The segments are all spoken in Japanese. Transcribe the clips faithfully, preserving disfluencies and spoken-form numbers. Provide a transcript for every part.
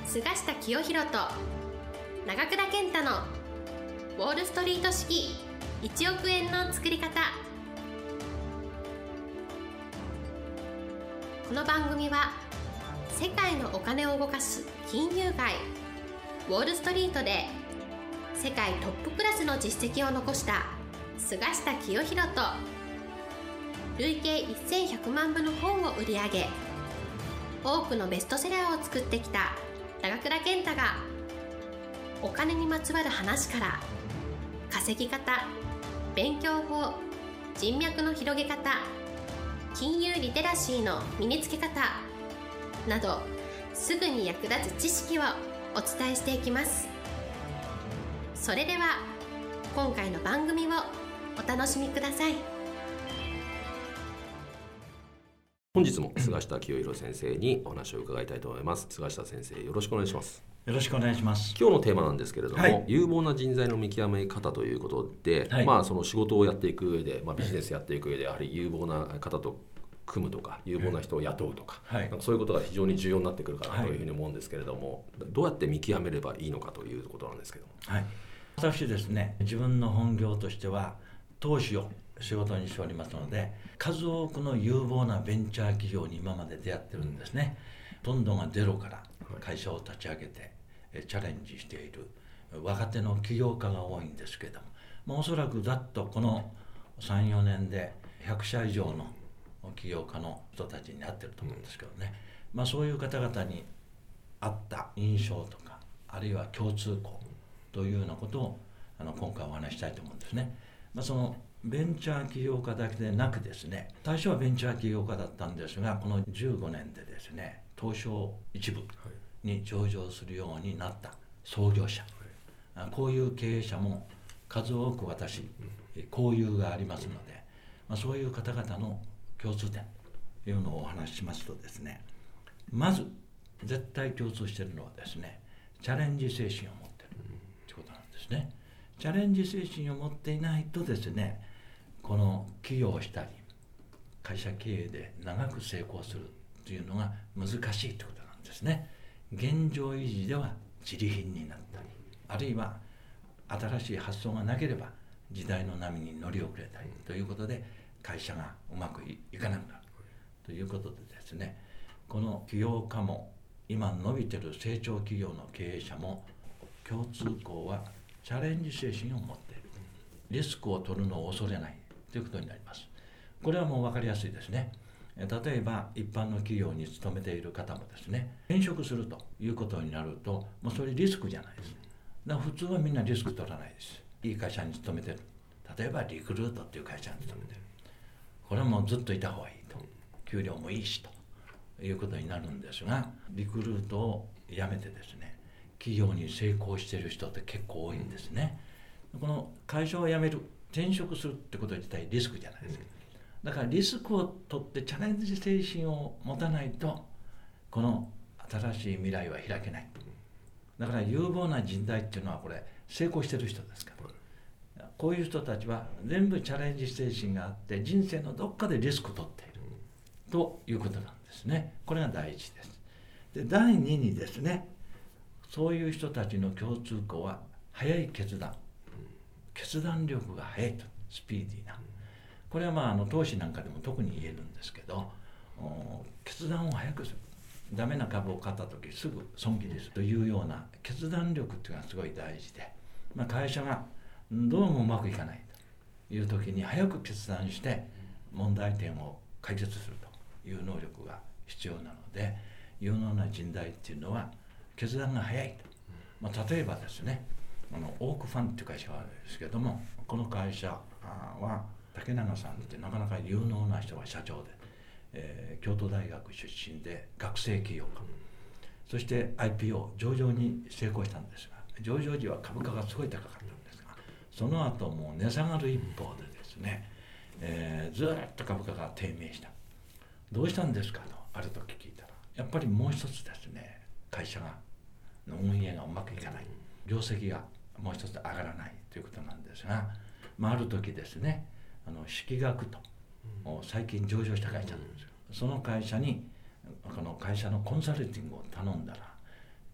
菅下清弘と長倉健太のウォールストリート式いちおく円の作り方。この番組は世界のお金を動かす金融界ウォールストリートで世界トップクラスの実績を残した菅下清弘と累計せんひゃくまんぶの本を売り上げ多くのベストセラーを作ってきた長倉健太がお金にまつわる話から稼ぎ方、勉強法、人脈の広げ方、金融リテラシーの身につけ方などすぐに役立つ知識をお伝えしていきます。それでは今回の番組をお楽しみください。 本日も菅下清弘先生にお話を伺いたいと思います。菅下先生、よろしくお願いします。 よろしくお願いします。 今日のテーマなんですけれども、 はい、 有望な人材の見極め方ということで、はい、まあ、その仕事をやっていく上で、まあ、ビジネスやっていく上でやはり有望な方と組むとか有望な人を雇うとか、はい、なんかそういうことが非常に重要になってくるかなというふうに思うんですけれども、はい、どうやって見極めればいいのかということなんですけども、 はい、私ですね、自分の本業としては投資を仕事にしておりますので、数多くの有望なベンチャー企業に今まで出会ってるんですね。どんどんゼロから会社を立ち上げてチャレンジしている若手の起業家が多いんですけども、まあ、おそらくざっとこのさん、よねんでひゃくしゃ以上の起業家の人たちになってると思うんですけどね、まあ、そういう方々にあった印象とかあるいは共通項というようなことをあの今回お話したいと思うんですね。まあ、そのベンチャー起業家だけでなくですね、最初はベンチャー起業家だったんですが、このじゅうごねんでですね、東証一部に上場するようになった創業者、はい、こういう経営者も数多く私交友がありますので、まあ、そういう方々の共通点というのをお話ししますとですね、まず絶対共通しているのはですね、チャレンジ精神を持っているということなんですね。チャレンジ精神を持っていないとですね、この起業したり会社経営で長く成功するというのが難しいということなんですね。現状維持では自利品になったり、あるいは新しい発想がなければ時代の波に乗り遅れたりということで会社がうまく い, いかなくなるということでですね、この起業家も今伸びている成長企業の経営者も共通項はチャレンジ精神を持っている、リスクを取るのを恐れないということになります。これはもう分かりやすいですね。例えば一般の企業に勤めている方もですね、転職するということになるともうそれリスクじゃないです。だから普通はみんなリスク取らないです。いい会社に勤めてる、例えばリクルートっていう会社に勤めてる、これはもうずっといた方がいいと、給料もいいしということになるんですが、リクルートを辞めてですね、企業に成功している人って結構多いんですね。この会社を辞める、転職するってこと自体リスクじゃないですか。だからリスクを取ってチャレンジ精神を持たないとこの新しい未来は開けない。だから有望な人材っていうのはこれ成功してる人ですから、こういう人たちは全部チャレンジ精神があって人生のどっかでリスクを取っているということなんですね。これが第一です。で、第二にですね、そういう人たちの共通項は早い決断、決断力が早いと、スピーディーな。これはまああの投資なんかでも特に言えるんですけど、決断を早くする。ダメな株を買った時すぐ損切りするというような決断力っていうのがすごい大事で、まあ、会社がどうもうまくいかないという時に早く決断して問題点を解決するという能力が必要なので、有能な人材っていうのは決断が早いと。まあ、例えばですね、あのオークファンっていう会社があるんですけども、この会社は竹永さんってなかなか有能な人が社長で、えー、京都大学出身で学生起業家、そして アイピーオー 上場に成功したんですが、上場時は株価がすごい高かったんですが、その後もう値下がる一方でですね、えー、ずっと株価が低迷した。どうしたんですかとある時聞いたら、やっぱりもう一つですね、会社がの運営がうまくいかない、業績がもう一つ上がらないということなんですが、まあ、ある時ですね、あの識学と最近上場した会社なんですよ。その会社にこの会社のコンサルティングを頼んだら、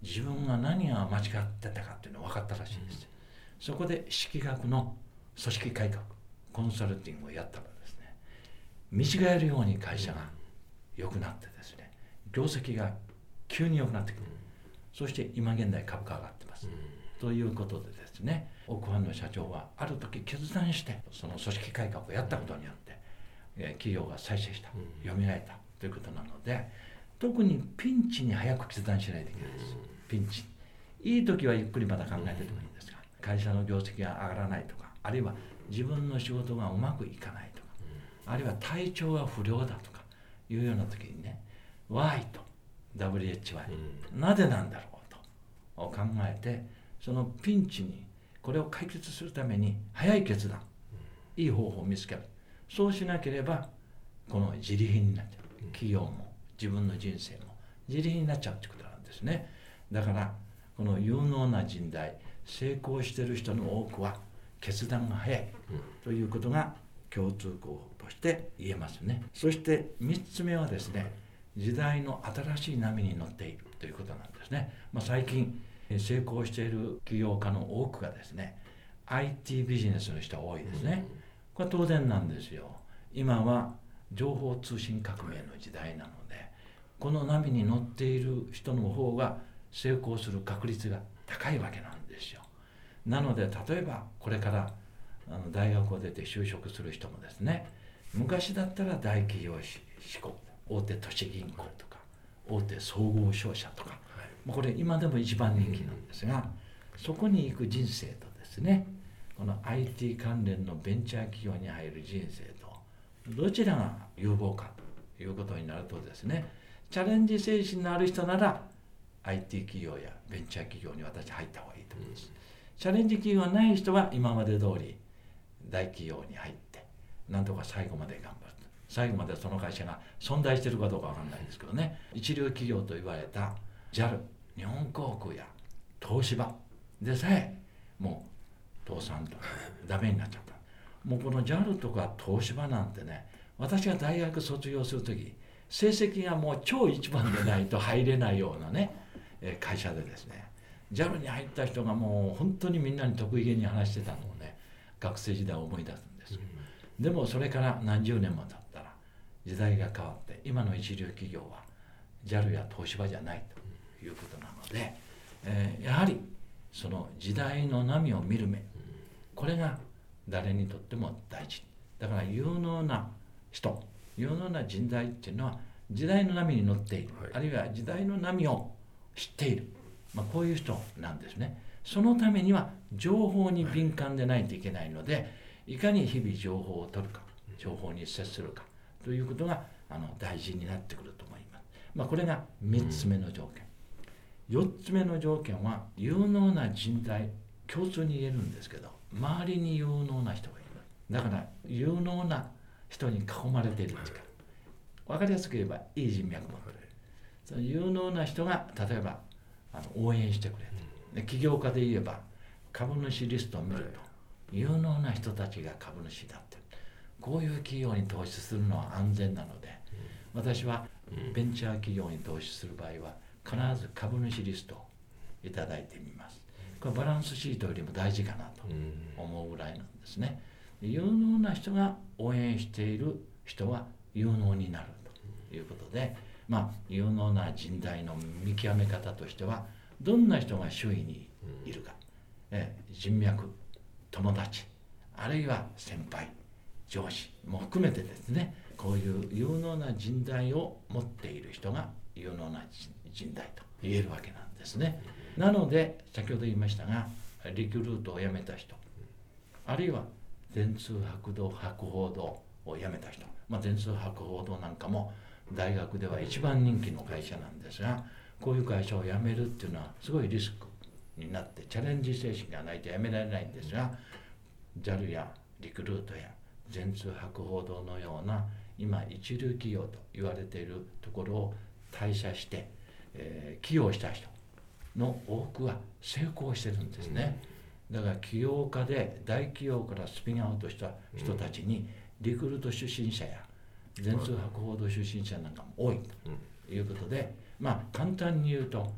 自分が何が間違ってたかっていうのが分かったらしいんです、うん、そこで識学の組織改革コンサルティングをやったらですね、見違えるように会社が良くなってですね、業績が急に良くなってくる、うん、そして今現在株価上がってます、うん、ということでですね、奥藩の社長はある時決断してその組織改革をやったことによって、うん、企業が再生した、うん、蘇ったということなので、特にピンチに早く決断しないといけないです、うん、ピンチいい時はゆっくりまた考えててもいいんですが、会社の業績が上がらないとか、あるいは自分の仕事がうまくいかないとか、うん、あるいは体調が不良だとかいうような時にね、 Why と ダブリューエイチワイ、うん、なぜなんだろうと考えて、そのピンチにこれを解決するために早い決断、うん、いい方法を見つける。そうしなければこの自利品になっちゃう、企業も自分の人生も自利品になっちゃうということなんですね。だからこの有能な人材、成功している人の多くは決断が早いということが共通項として言えますね。そしてみっつめはですね、時代の新しい波に乗っているということなんですね。まあ、最近成功している起業家の多くがですね、 アイティー ビジネスの人が多いですね。これは当然なんですよ。今は情報通信革命の時代なので、この波に乗っている人の方が成功する確率が高いわけなんですよ。なので例えばこれからあの大学を出て就職する人もですね、昔だったら大企業志向、大手都市銀行とか大手総合商社とか、これ今でも一番人気なんですが、そこに行く人生とですね、この アイティー 関連のベンチャー企業に入る人生とどちらが有望かということになるとですね、チャレンジ精神のある人なら アイティー 企業やベンチャー企業に私入った方がいいと思います。チャレンジ企業がない人は今まで通り大企業に入ってなんとか最後まで頑張る。最後までその会社が存在しているかどうかわからないんですけどね、一流企業と言われた ジャル、日本航空や東芝でさえもう倒産とかダメになっちゃった。もうこの ジャル とか東芝なんてね、私が大学卒業するとき成績がもう超一番でないと入れないようなね会社でですね、 ジャル に入った人がもう本当にみんなに得意げに話してたのをね、学生時代思い出すんです、うん、でもそれから何十年も経ったら時代が変わって今の一流企業は ジャル や東芝じゃないということなので、えー、やはりその時代の波を見る目、これが誰にとっても大事だから、有能な人、有能な人材っていうのは時代の波に乗っている、はい、あるいは時代の波を知っている、まあ、こういう人なんですね。そのためには情報に敏感でないといけないので、いかに日々情報を取るか、情報に接するかということがあの大事になってくると思います。まあ、これがみっつめの条件、うん、よっつめの条件は有能な人材、共通に言えるんですけど、周りに有能な人がいる。だから有能な人に囲まれているっていうか、分かりやすく言えばいい人脈もある。その有能な人が例えばあの応援してくれる。で起業家で言えば株主リストを見ると有能な人たちが株主になっている。こういう企業に投資するのは安全なので、私はベンチャー企業に投資する場合は必ず株主リストをいただいてみます。これバランスシートよりも大事かなと思うぐらいなんですね。有能な人が応援している人は有能になるということで、まあ、有能な人材の見極め方としては、どんな人が周囲にいるか、え人脈、友達、あるいは先輩、上司も含めてですね、こういう有能な人材を持っている人が有能な人材と言えるわけなんですね。なので先ほど言いましたが、リクルートを辞めた人、あるいは電通博道博報堂を辞めた人、まあ、電通博報堂なんかも大学では一番人気の会社なんですが、こういう会社を辞めるっていうのはすごいリスクになってチャレンジ精神がないと辞められないんですが、 ジャル やリクルートや電通博報堂のような今一流企業と言われているところを退社して、えー、起業した人の多くは成功してるんですね。だから起業家で大企業からスピンアウトした人たちにリクルート出身者や電通博報堂出身者なんかも多いということで、まあ簡単に言うと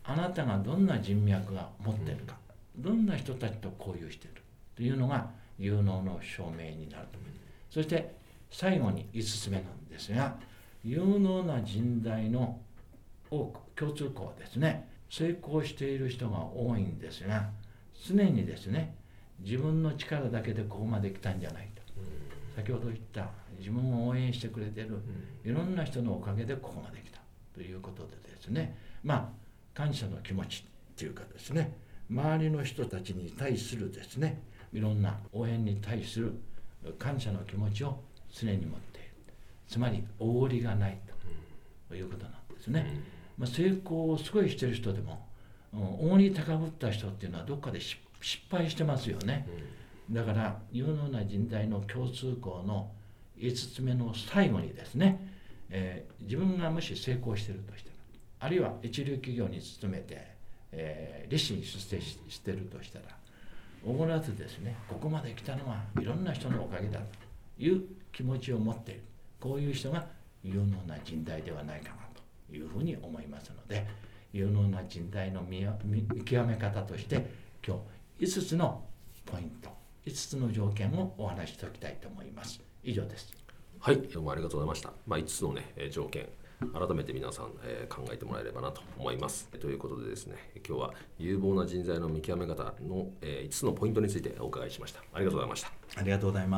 あなたがどんな人脈が持っているか、うん、どんな人たちと交流しているというのが有能の証明になると思います。そして最後にいつつめなんですが、有能な人材の多く共通項はですね、成功している人が多いんですが、常にですね、自分の力だけでここまで来たんじゃないと、うん、先ほど言った自分を応援してくれているいろんな人のおかげでここまで来たということでですね、まあ感謝の気持ちっていうかですね、周りの人たちに対するですね、いろんな応援に対する感謝の気持ちを常に持っている。つまりおごりがないということなんですね。うん、まあ、成功をすごいしてる人でも、おごり高ぶった人っていうのはどっかで失敗してますよね。うん、だから有能な人材の共通項のいつつめの最後にですね、えー、自分がもし成功しているとしたら、あるいは一流企業に勤めて、えー、立身出世しているとしたら、おごらずですね、ここまで来たのはいろんな人のおかげだという気持ちを持っている、こういう人が有能な人材ではないかなというふうに思いますので、有能な人材の見極め方として今日いつつのポイント、いつつの条件をお話ししておきたいと思います。以上です。 はい、どうもありがとうございました。まあ、いつつの、ね、条件、改めて皆さん、えー、考えてもらえればなと思います。ということでですね、今日は有望な人材の見極め方の、えー、いつつのポイントについてお伺いしました。ありがとうございました。 ありがとうございます。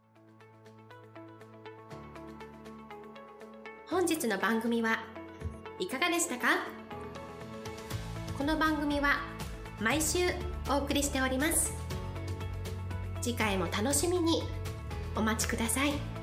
本日の番組はいかがでしたか？この番組は毎週お送りしております。次回も楽しみにお待ちください。